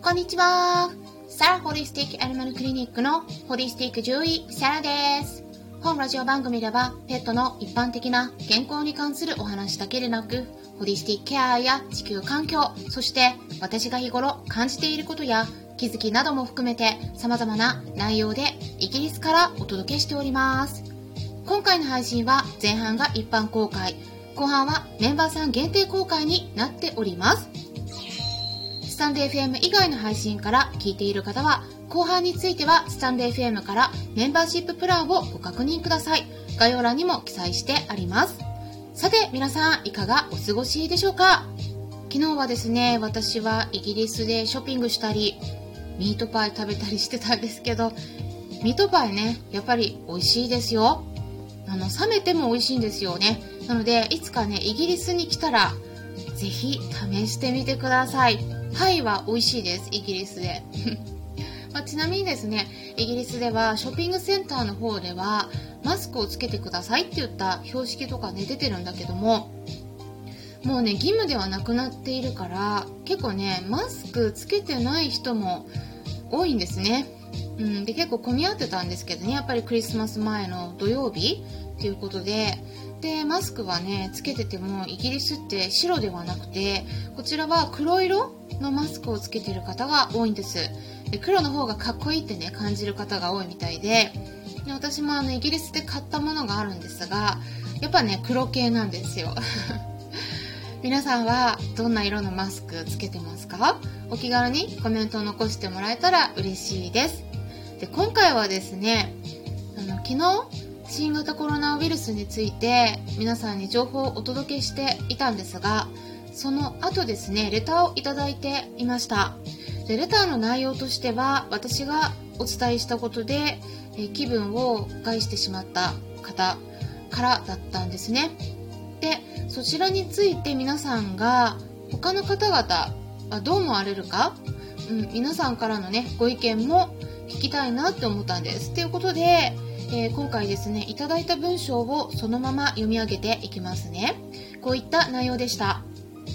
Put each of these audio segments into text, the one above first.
こんにちは。サラホリスティックアニマルクリニックのホリスティック獣医サラです。本ラジオ番組ではペットの一般的な健康に関するお話だけでなく、ホリスティックケアや地球環境、そして私が日頃感じていることや気づきなども含めて様々な内容でイギリスからお届けしております。今回の配信は前半が一般公開、後半はメンバーさん限定公開になっております。スタンド FM 以外の配信から聞いている方は、後半についてはスタンド FM からメンバーシッププランをご確認ください。概要欄にも記載してあります。さて皆さんいかがお過ごしでしょうか。昨日はですね、私はイギリスでショッピングしたりミートパイ食べたりしてたんですけど、ミートパイね、やっぱり美味しいですよ。冷めても美味しいんですよね。なのでいつかね、イギリスに来たらぜひ試してみてください。パイは美味しいです、イギリスでちなみにですね、イギリスではショッピングセンターの方ではマスクをつけてくださいって言った標識とかね出てるんだけども、もうね義務ではなくなっているから、結構ねマスクつけてない人も多いんですね。で結構混み合ってたんですけどね、やっぱりクリスマス前の土曜日ということで、マスクはねつけててもイギリスって白ではなくて、こちらは黒色のマスクをつけてる方が多いんです。で黒の方がかっこいいってね感じる方が多いみたいで、私もイギリスで買ったものがあるんですが、やっぱね黒系なんですよ皆さんはどんな色のマスクつけてますか？お気軽にコメントを残してもらえたら嬉しいです。で今回はですね、昨日新型コロナウイルスについて皆さんに情報をお届けしていたんですが、その後ですねレターをいただいていました。でレターの内容としては、私がお伝えしたことで気分を害してしまった方からだったんですね。でそちらについて皆さんが他の方々はどう思われるか、皆さんからのねご意見も聞きたいなって思ったんです。ということで今回ですねいただいた文章をそのまま読み上げていきますね。こういった内容でした。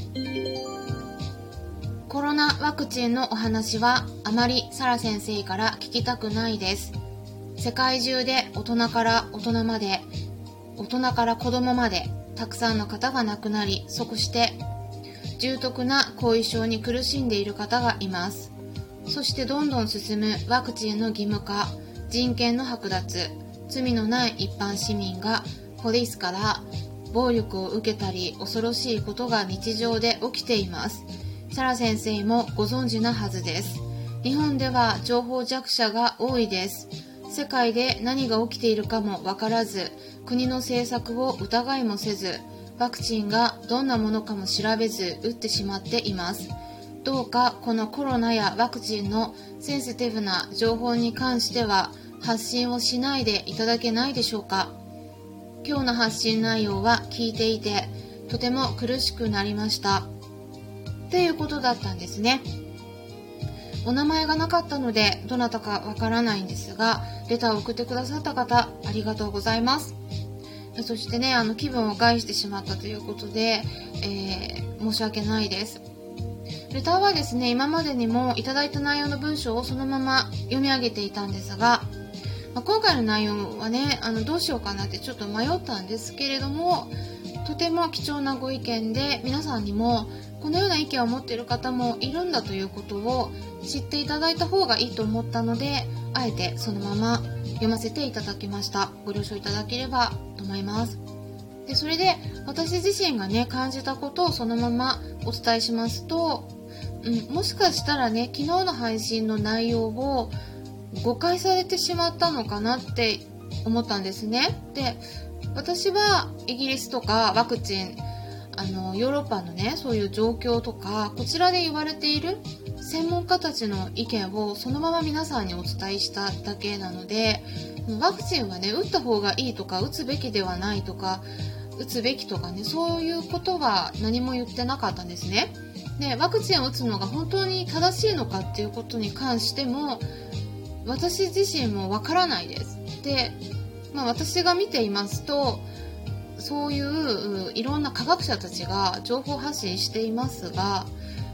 コロナワクチンのお話はあまりサラ先生から聞きたくないです。世界中で大人から大人まで、大人から子供までたくさんの方が亡くなり、即して重篤な後遺症に苦しんでいる方がいます。そしてどんどん進むワクチンの義務化、人権の剥奪、罪のない一般市民がポリスから暴力を受けたり、恐ろしいことが日常で起きています。サラ先生もご存知なはずです。日本では情報弱者が多いです。世界で何が起きているかもわからず、国の政策を疑いもせず、ワクチンがどんなものかも調べず打ってしまっています。どうかこのコロナやワクチンのセンシティブな情報に関しては発信をしないでいただけないでしょうか。今日の発信内容は聞いていてとても苦しくなりましたっていうことだったんですね。お名前がなかったのでどなたかわからないんですが、レターを送ってくださった方ありがとうございます。そしてね、気分を害してしまったということで、申し訳ないです。レターはですね、今までにもいただいた内容の文章をそのまま読み上げていたんですが、今回の内容はね、どうしようかなってちょっと迷ったんですけれども、とても貴重なご意見で、皆さんにもこのような意見を持っている方もいるんだということを知っていただいた方がいいと思ったので、あえてそのまま読ませていただきました。ご了承いただければと思います。でそれで私自身がね感じたことをそのままお伝えしますと、もしかしたらね昨日の配信の内容を誤解されてしまったのかなって思ったんですね。で私はイギリスとかワクチンヨーロッパのねそういう状況とか、こちらで言われている専門家たちの意見をそのまま皆さんにお伝えしただけなので、ワクチンはね打った方がいいとか打つべきではないとか打つべきとかね、そういうことは何も言ってなかったんですね。でワクチンを打つのが本当に正しいのかっていうことに関しても私自身もわからないです。で、私が見ていますと、そういういろんな科学者たちが情報発信していますが、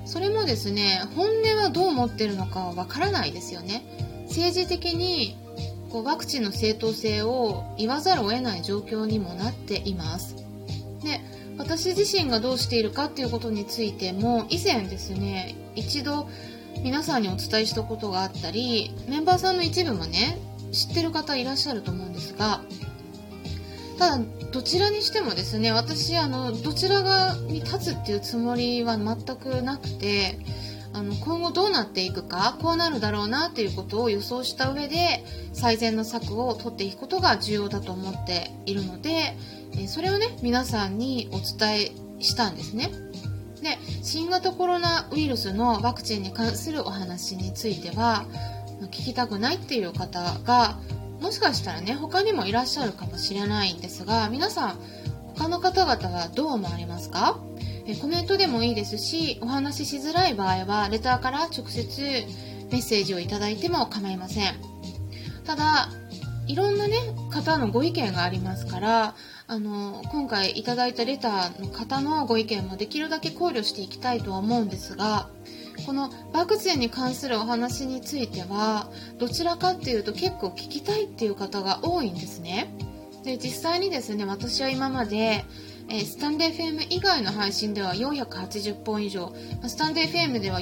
それもですね、本音はどう思ってるのかはわからないですよね。政治的にワクチンの正当性を言わざるを得ない状況にもなっています。で、私自身がどうしているかっていうことについても以前ですね、一度皆さんにお伝えしたことがあったり、メンバーさんの一部もね、知ってる方いらっしゃると思うんですが、ただどちらにしてもですね、私どちら側に立つっていうつもりは全くなくて、今後どうなっていくか、こうなるだろうなっていうことを予想した上で最善の策を取っていくことが重要だと思っているので、それをね、皆さんにお伝えしたんですね。で、新型コロナウイルスのワクチンに関するお話については聞きたくないっていう方がもしかしたらね、他にもいらっしゃるかもしれないんですが、皆さん他の方々はどう思われますか？コメントでもいいですし、お話ししづらい場合はレターから直接メッセージをいただいても構いません。ただいろんなね方のご意見がありますから、今回いただいたレターの方のご意見もできるだけ考慮していきたいとは思うんですが、このワクチンに関するお話についてはどちらかっていうと結構聞きたいっていう方が多いんですね。で、実際にですね、私は今までスタンド FM 以外の配信では480本以上、スタンド FM では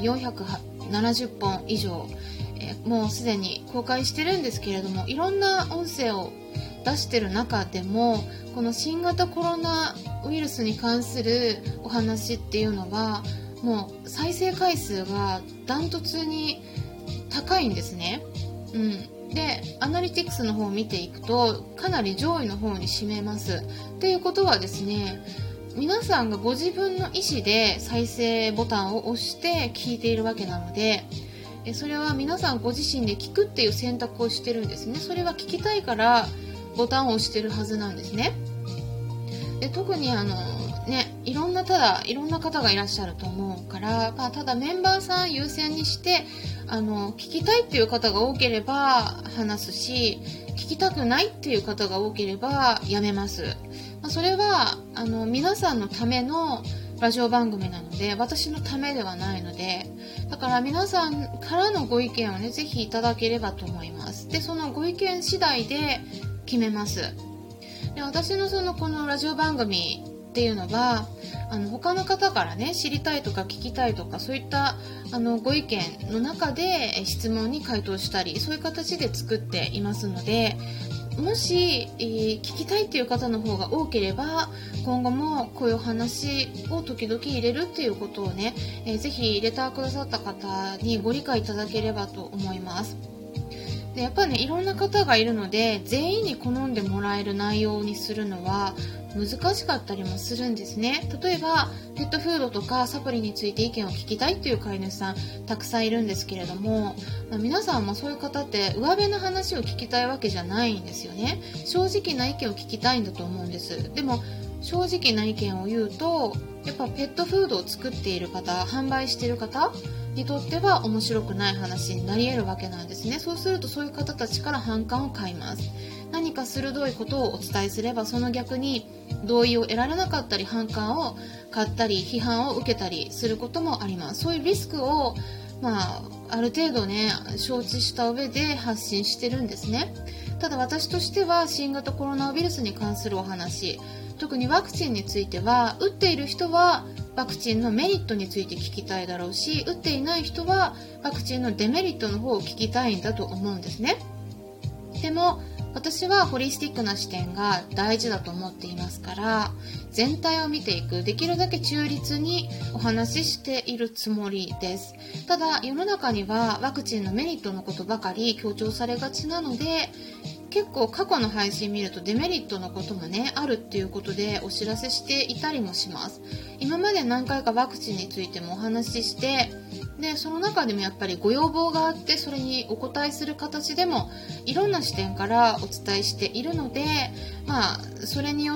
470本以上、もうすでに公開してるんですけれども、いろんな音声を出してる中でもこの新型コロナウイルスに関するお話っていうのはもう再生回数がダントツに高いんですね。で、アナリティクスの方を見ていくとかなり上位の方に占めます。っていうことはですね、皆さんがご自分の意思で再生ボタンを押して聞いているわけなので、それは皆さんご自身で聞くっていう選択をしてるんですね。それは聞きたいからボタンを押してるはずなんですね。で、特にいろんな方がいらっしゃると思うから、ただメンバーさん優先にして聞きたいっていう方が多ければ話すし、聞きたくないっていう方が多ければやめます。それは皆さんのためのラジオ番組なので、私のためではないので、だから皆さんからのご意見をね、ぜひいただければと思います。で、そのご意見次第で決めます。で、私のこのラジオ番組っていうのは他の方からね、知りたいとか聞きたいとか、そういったご意見の中で質問に回答したり、そういう形で作っていますので、もし、聞きたいっていう方の方が多ければ今後もこういう話を時々入れるっていうことをね、ぜひレターくださった方にご理解いただければと思います。で、やっぱりね、いろんな方がいるので全員に好んでもらえる内容にするのは難しかったりもするんですね。例えばペットフードとかサプリについて意見を聞きたいっていう飼い主さんたくさんいるんですけれども、皆さんもそういう方って上辺の話を聞きたいわけじゃないんですよね。正直な意見を聞きたいんだと思うんです。でも正直な意見を言うと、やっぱペットフードを作っている方、販売している方にとっては面白くない話になり得るわけなんですね。そうするとそういう方たちから反感を買います。何か鋭いことをお伝えすれば、その逆に同意を得られなかったり、反感を買ったり、批判を受けたりすることもあります。そういうリスクをある程度ね、承知した上で発信してるんですね。ただ私としては新型コロナウイルスに関するお話、特にワクチンについては、打っている人はワクチンのメリットについて聞きたいだろうし、打っていない人はワクチンのデメリットの方を聞きたいんだと思うんですね。でも私はホリスティックな視点が大事だと思っていますから、全体を見ていく、できるだけ中立にお話ししているつもりです。ただ世の中にはワクチンのメリットのことばかり強調されがちなので、結構過去の配信見るとデメリットのこともね、あるっていうことでお知らせしていたりもします。今まで何回かワクチンについてもお話しして、でその中でもやっぱりご要望があって、それにお答えする形でもいろんな視点からお伝えしているので、それによって、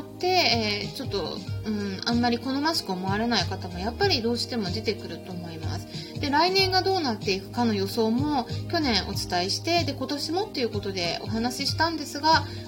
ちょっと、あんまり好ましく思われない方もやっぱりどうしても出てくると思います。で、来年がどうなっていくかの予想も去年お伝えして、で今年もっていうことでお話ししたんですが、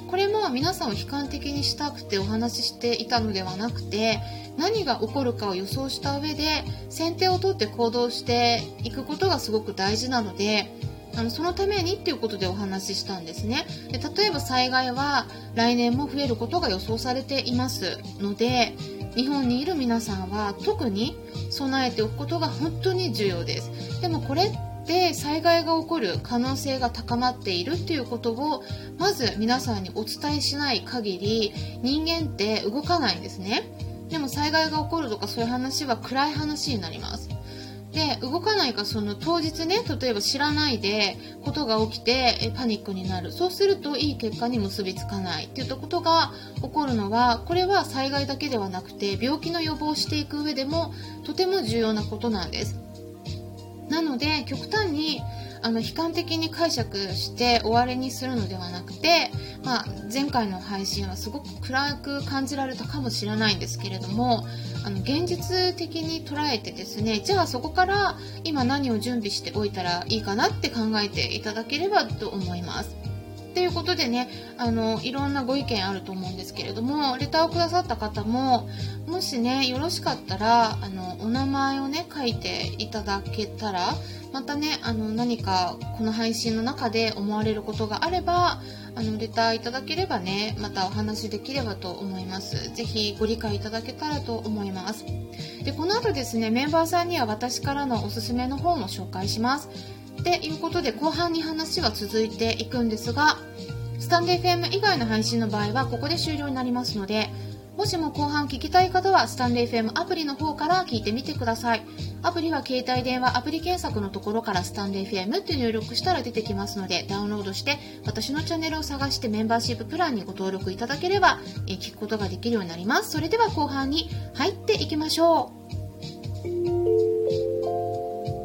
これも皆さんを悲観的にしたくてお話ししていたのではなくて、何が起こるかを予想した上で先手を取って行動していくことがすごく大事なので、そのためにっていうことでお話ししたんですね。で、例えば災害は来年も増えることが予想されていますので、日本にいる皆さんは特に備えておくことが本当に重要です。でもこれって災害が起こる可能性が高まっているっていうことをまず皆さんにお伝えしない限り、人間って動かないんですね。でも災害が起こるとかそういう話は暗い話になります。で、動かないか、その当日ね、例えば知らないでことが起きてパニックになる。そうするといい結果に結びつかないっていったことが起こるのは、これは災害だけではなくて病気の予防をしていく上でもとても重要なことなんです。なので極端に悲観的に解釈して終わりにするのではなくて、前回の配信はすごく暗く感じられたかもしれないんですけれども、現実的に捉えてですね、じゃあそこから今何を準備しておいたらいいかなって考えていただければと思います。ということでね、いろんなご意見あると思うんですけれども、レターをくださった方ももしね、よろしかったらお名前をね書いていただけたら、またね何かこの配信の中で思われることがあればレターいただければね、またお話できればと思います。ぜひご理解いただけたらと思います。で、この後ですね、メンバーさんには私からのおすすめの本を紹介します。っていうことで後半に話は続いていくんですが、スタンド FM 以外の配信の場合はここで終了になりますので、もしも後半聞きたい方はスタンド FM アプリの方から聞いてみてください。アプリは携帯電話アプリ検索のところからスタンド FM って入力したら出てきますので、ダウンロードして私のチャンネルを探してメンバーシッププランにご登録いただければ聞くことができるようになります。それでは後半に入っていきましょう。